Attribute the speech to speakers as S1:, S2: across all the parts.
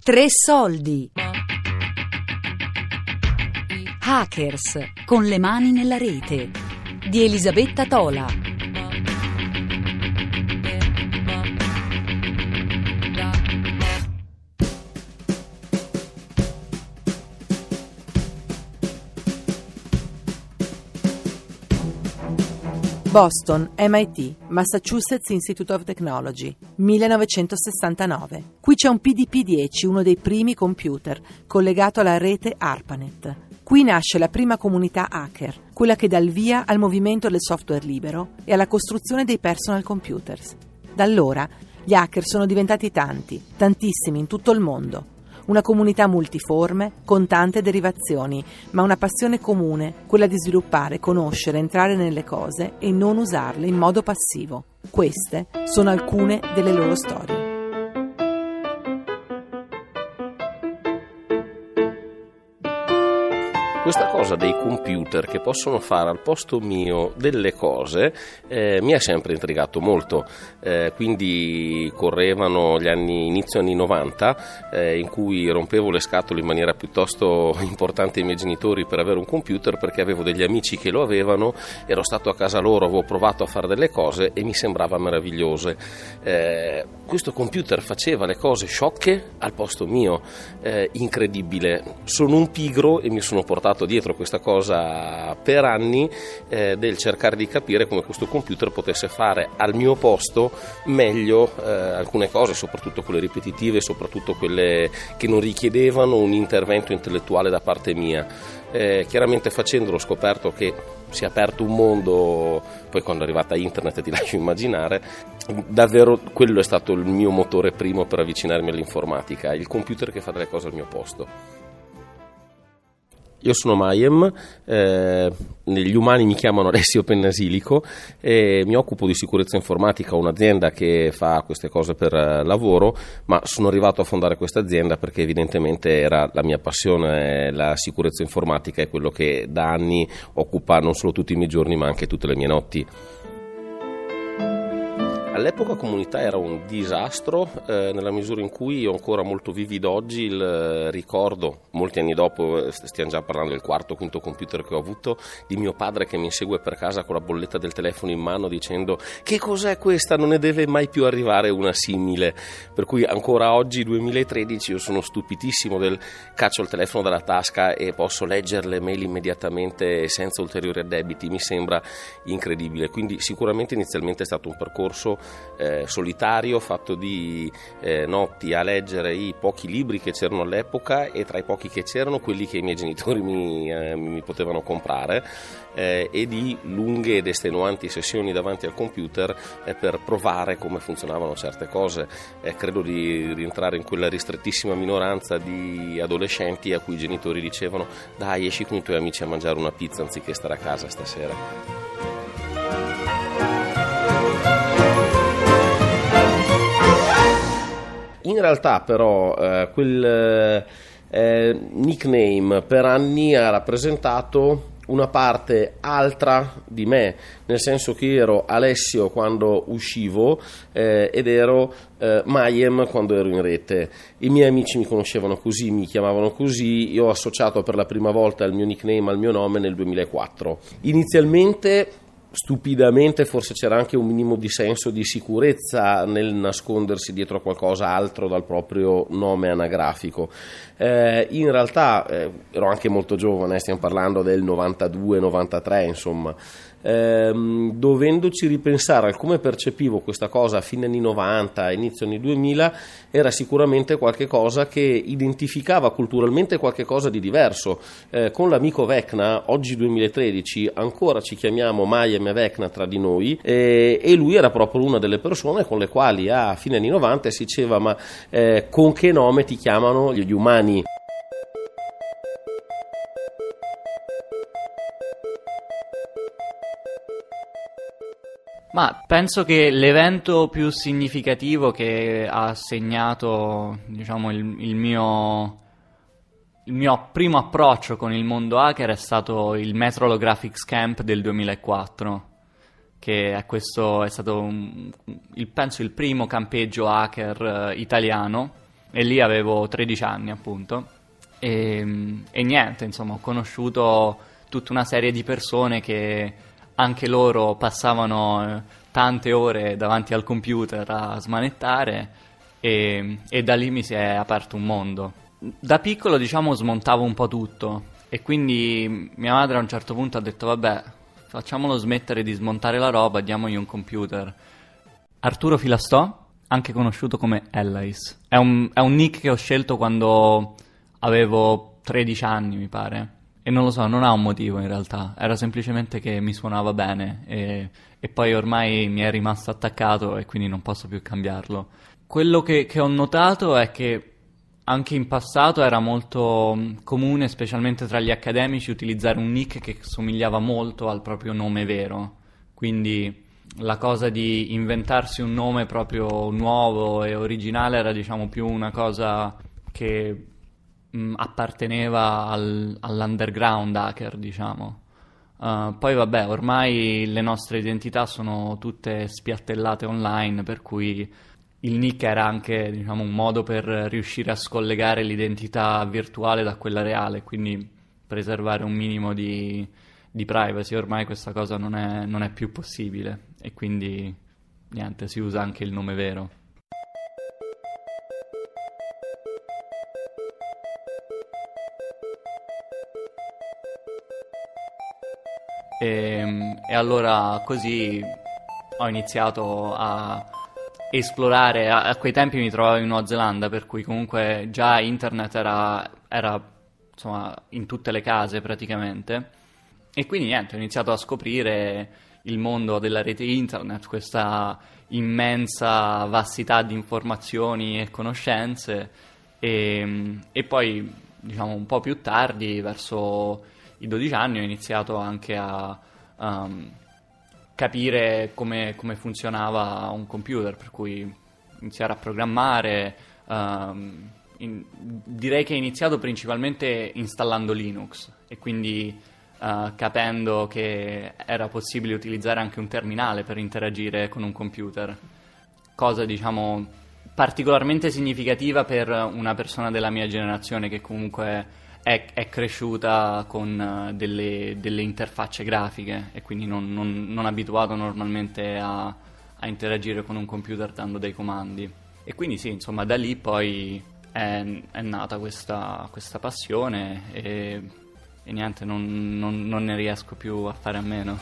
S1: Tre soldi. Hackers con le mani nella rete di Elisabetta Tola.
S2: Boston, MIT, Massachusetts Institute of Technology, 1969. Qui c'è un PDP-10, uno dei primi computer, collegato alla rete ARPANET. Qui nasce la prima comunità hacker, quella che dà il via al movimento del software libero e alla costruzione dei personal computers. Da allora gli hacker sono diventati tanti, tantissimi in tutto il mondo. Una comunità multiforme, con tante derivazioni, ma una passione comune, quella di sviluppare, conoscere, entrare nelle cose e non usarle in modo passivo. Queste sono alcune delle loro storie.
S3: Questa cosa dei computer che possono fare al posto mio delle cose mi ha sempre intrigato molto, quindi correvano gli anni, inizio anni 90, in cui rompevo le scatole in maniera piuttosto importante ai miei genitori per avere un computer, perché avevo degli amici che lo avevano, ero stato a casa loro, avevo provato a fare delle cose e mi sembrava meravigliose. Questo computer faceva le cose sciocche al posto mio, incredibile. Sono un pigro e mi sono portato dietro questa cosa per anni, del cercare di capire come questo computer potesse fare al mio posto meglio alcune cose, soprattutto quelle ripetitive, soprattutto quelle che non richiedevano un intervento intellettuale da parte mia. Chiaramente facendolo ho scoperto che si è aperto un mondo, poi quando è arrivata internet ti lascio immaginare, davvero quello è stato il mio motore primo per avvicinarmi all'informatica, il computer che fa delle cose al mio posto. Io sono Mayem, gli umani mi chiamano Alessio Pennasilico e mi occupo di sicurezza informatica, un'azienda che fa queste cose per lavoro, ma sono arrivato a fondare questa azienda perché evidentemente era la mia passione, la sicurezza informatica è quello che da anni occupa non solo tutti i miei giorni ma anche tutte le mie notti. All'epoca comunità era un disastro, nella misura in cui ho ancora molto vivido oggi il ricordo, molti anni dopo, stiamo già parlando del quarto o quinto computer che ho avuto, di mio padre che mi insegue per casa con la bolletta del telefono in mano dicendo: che cos'è questa? Non ne deve mai più arrivare una simile. Per cui ancora oggi, 2013, io sono stupitissimo del caccio il telefono dalla tasca e posso leggere le mail immediatamente senza ulteriori addebiti, mi sembra incredibile. Quindi sicuramente inizialmente è stato un percorso solitario, fatto di notti a leggere i pochi libri che c'erano all'epoca e tra i pochi che c'erano quelli che i miei genitori mi potevano comprare, e di lunghe ed estenuanti sessioni davanti al computer per provare come funzionavano certe cose. Credo di rientrare in quella ristrettissima minoranza di adolescenti a cui i genitori dicevano: dai, esci con i tuoi amici a mangiare una pizza anziché stare a casa stasera. In realtà però quel nickname per anni ha rappresentato una parte altra di me, nel senso che ero Alessio quando uscivo ed ero Mayem quando ero in rete. I miei amici mi conoscevano così, mi chiamavano così, io ho associato per la prima volta il mio nickname al mio nome nel 2004. Inizialmente, stupidamente, forse c'era anche un minimo di senso di sicurezza nel nascondersi dietro a qualcosa altro dal proprio nome anagrafico. In realtà ero anche molto giovane, stiamo parlando del 92-93, insomma. Dovendoci ripensare al come percepivo questa cosa a fine anni 90, inizio anni 2000, era sicuramente qualche cosa che identificava culturalmente qualche cosa di diverso. Con l'amico Vecna, oggi 2013, ancora ci chiamiamo Mayem e Vecna tra di noi, e lui era proprio una delle persone con le quali a fine anni 90 si diceva: ma con che nome ti chiamano gli umani?
S4: Ma penso che l'evento più significativo che ha segnato, diciamo, il mio primo approccio con il mondo hacker è stato il Metro Holographics Camp del 2004, che è stato penso il primo campeggio hacker italiano, e lì avevo 13 anni appunto, e niente, insomma, ho conosciuto tutta una serie di persone che anche loro passavano tante ore davanti al computer a smanettare, e da lì mi si è aperto un mondo. Da piccolo, diciamo, smontavo un po' tutto, e quindi mia madre a un certo punto ha detto vabbè, facciamolo smettere di smontare la roba, diamogli un computer. Arturo Filastò, anche conosciuto come Ellis, è un nick che ho scelto quando avevo 13 anni, mi pare, e non lo so, non ha un motivo in realtà, era semplicemente che mi suonava bene, e poi ormai mi è rimasto attaccato e quindi non posso più cambiarlo. Quello che ho notato è che anche in passato era molto comune, specialmente tra gli accademici, utilizzare un nick che somigliava molto al proprio nome vero. Quindi la cosa di inventarsi un nome proprio nuovo e originale era, diciamo, più una cosa che apparteneva all'underground hacker, diciamo. Poi vabbè, ormai le nostre identità sono tutte spiattellate online, per cui il nick era anche, diciamo, un modo per riuscire a scollegare l'identità virtuale da quella reale, quindi preservare un minimo di privacy. Ormai questa cosa non è più possibile, e quindi niente, si usa anche il nome vero. E allora così ho iniziato a esplorare. A quei tempi mi trovavo in Nuova Zelanda, per cui comunque già internet era insomma in tutte le case praticamente, e quindi niente, ho iniziato a scoprire il mondo della rete internet, questa immensa vastità di informazioni e conoscenze, e poi, diciamo, un po' più tardi, verso i 12 anni, ho iniziato anche a capire come funzionava un computer, per cui iniziare a programmare. Direi che ho iniziato principalmente installando Linux, e quindi capendo che era possibile utilizzare anche un terminale per interagire con un computer, cosa, diciamo, particolarmente significativa per una persona della mia generazione che comunque è cresciuta con delle interfacce grafiche, e quindi non abituato normalmente a interagire con un computer dando dei comandi. E quindi sì, insomma, da lì poi è nata questa passione, e niente, non ne riesco più a fare a meno.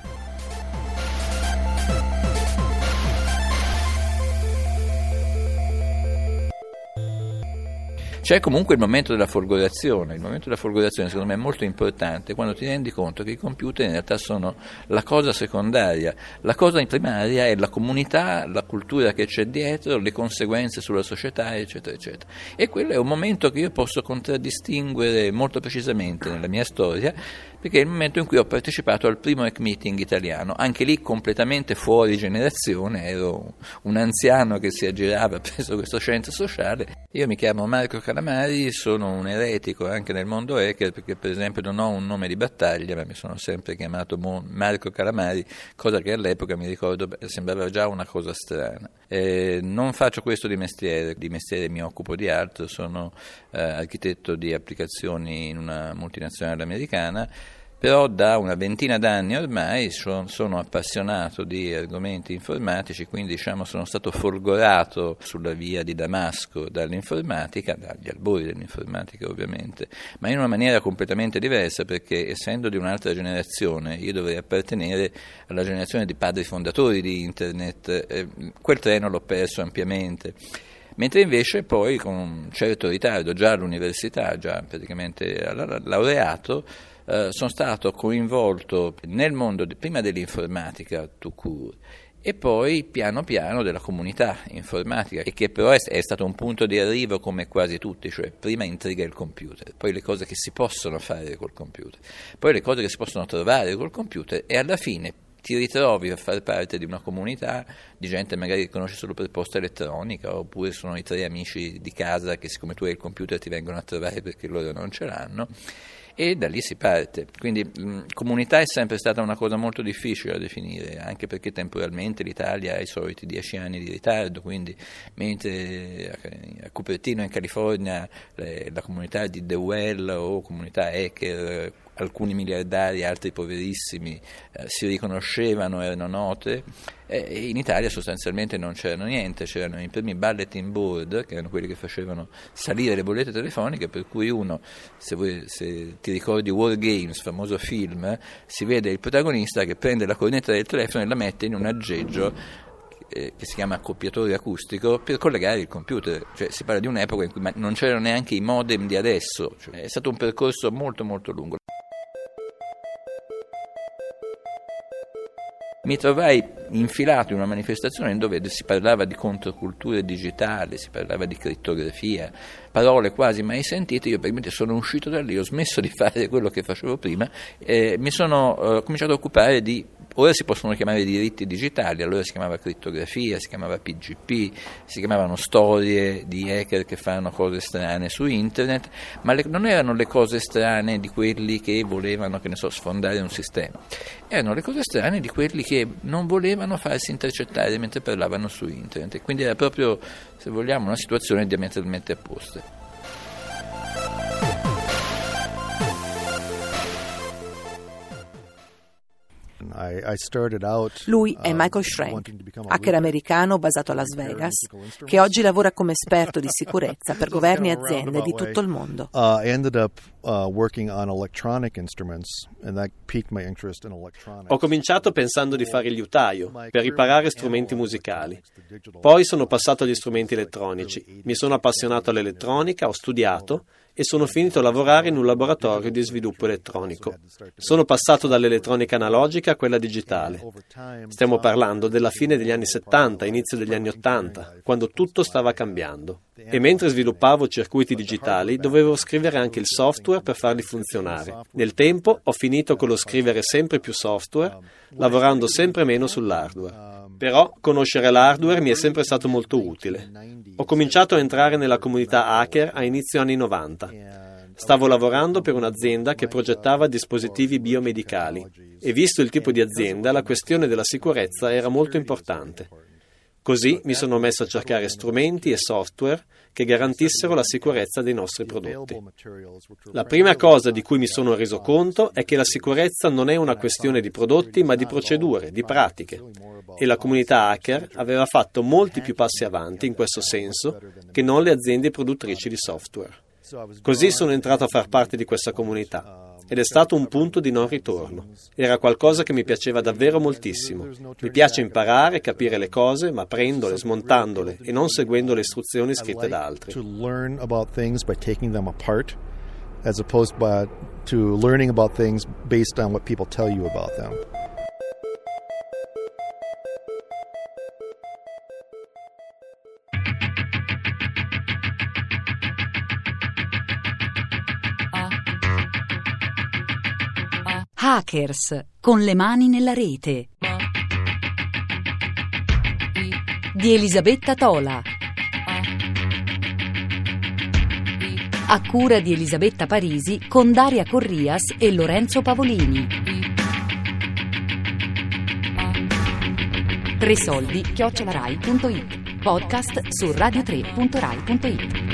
S5: C'è comunque il momento della folgorazione. Il momento della folgorazione secondo me è molto importante, quando ti rendi conto che i computer in realtà sono la cosa secondaria. La cosa primaria è la comunità, la cultura che c'è dietro, le conseguenze sulla società, eccetera, eccetera. E quello è un momento che io posso contraddistinguere molto precisamente nella mia storia, perché è il momento in cui ho partecipato al primo hack meeting italiano, anche lì completamente fuori generazione, ero un anziano che si aggirava presso questo centro sociale. Io mi chiamo Marco Calamari, sono un eretico anche nel mondo hacker, perché per esempio non ho un nome di battaglia, ma mi sono sempre chiamato Marco Calamari, cosa che all'epoca, mi ricordo, sembrava già una cosa strana. Non faccio questo di mestiere mi occupo di altro, sono architetto di applicazioni in una multinazionale americana, però da una ventina d'anni ormai sono appassionato di argomenti informatici, quindi diciamo sono stato folgorato sulla via di Damasco dall'informatica, dagli albori dell'informatica ovviamente, ma in una maniera completamente diversa, perché essendo di un'altra generazione io dovrei appartenere alla generazione di padri fondatori di internet, quel treno l'ho perso ampiamente. Mentre invece poi con un certo ritardo, già all'università, già praticamente laureato, sono stato coinvolto nel mondo prima dell'informatica tout court, e poi piano piano della comunità informatica, e che però è stato un punto di arrivo come quasi tutti, cioè prima intriga il computer, poi le cose che si possono fare col computer, poi le cose che si possono trovare col computer, e alla fine ti ritrovi a far parte di una comunità di gente magari che conosci solo per posta elettronica, oppure sono i tre amici di casa che siccome tu hai il computer ti vengono a trovare perché loro non ce l'hanno. e da lì si parte. Quindi comunità è sempre stata una cosa molto difficile da definire, anche perché temporalmente l'Italia ha i soliti 10 anni di ritardo, quindi mentre a Cupertino in California la comunità di The Well o comunità hacker, alcuni miliardari, altri poverissimi, si riconoscevano, erano note, e in Italia sostanzialmente non c'erano niente, c'erano i primi bulletin board, che erano quelli che facevano salire le bollette telefoniche, per cui uno, se ti ricordi War Games, famoso film, si vede il protagonista che prende la cornetta del telefono e la mette in un aggeggio che si chiama accoppiatore acustico per collegare il computer. Cioè, si parla di un'epoca in cui non c'erano neanche i modem di adesso, cioè, è stato un percorso molto molto lungo. Mi trovai infilato in una manifestazione dove si parlava di controcultura digitale, si parlava di crittografia, parole quasi mai sentite. Io praticamente sono uscito da lì, ho smesso di fare quello che facevo prima e mi sono cominciato a occupare di, ora si possono chiamare diritti digitali, allora si chiamava crittografia, si chiamava PGP, si chiamavano storie di hacker che fanno cose strane su internet, ma non erano le cose strane di quelli che volevano, che ne so, sfondare un sistema, erano le cose strane di quelli che non volevano farsi intercettare mentre parlavano su internet, quindi era proprio, se vogliamo, una situazione diametralmente opposta.
S2: Lui è Michael Schrenk, hacker americano basato a Las Vegas, che oggi lavora come esperto di sicurezza per governi e aziende di tutto il mondo.
S6: Ho cominciato pensando di fare il liutaio per riparare strumenti musicali. Poi sono passato agli strumenti elettronici. Mi sono appassionato all'elettronica, ho studiato e sono finito a lavorare in un laboratorio di sviluppo elettronico. Sono passato dall'elettronica analogica a quella digitale. Stiamo parlando della fine degli anni 70, inizio degli anni 80, quando tutto stava cambiando. E mentre sviluppavo circuiti digitali, dovevo scrivere anche il software per farli funzionare. Nel tempo ho finito con lo scrivere sempre più software, lavorando sempre meno sull'hardware. Però conoscere l'hardware mi è sempre stato molto utile. Ho cominciato a entrare nella comunità hacker a inizio anni 90. Stavo lavorando per un'azienda che progettava dispositivi biomedicali e visto il tipo di azienda, la questione della sicurezza era molto importante. Così mi sono messo a cercare strumenti e software che garantissero la sicurezza dei nostri prodotti. La prima cosa di cui mi sono reso conto è che la sicurezza non è una questione di prodotti, ma di procedure, di pratiche. E la comunità hacker aveva fatto molti più passi avanti in questo senso che non le aziende produttrici di software. Così sono entrato a far parte di questa comunità. Ed è stato un punto di non ritorno. Era qualcosa che mi piaceva davvero moltissimo. Mi piace imparare, capire le cose, ma prendole, smontandole e non seguendo le istruzioni scritte da altri.
S7: As opposed to learning about things based on what people tell you about them.
S1: Hackers con le mani nella rete di Elisabetta Tola, a cura di Elisabetta Parisi con Daria Corrias e Lorenzo Pavolini. tresoldi@rai.it, podcast su radio3.rai.it.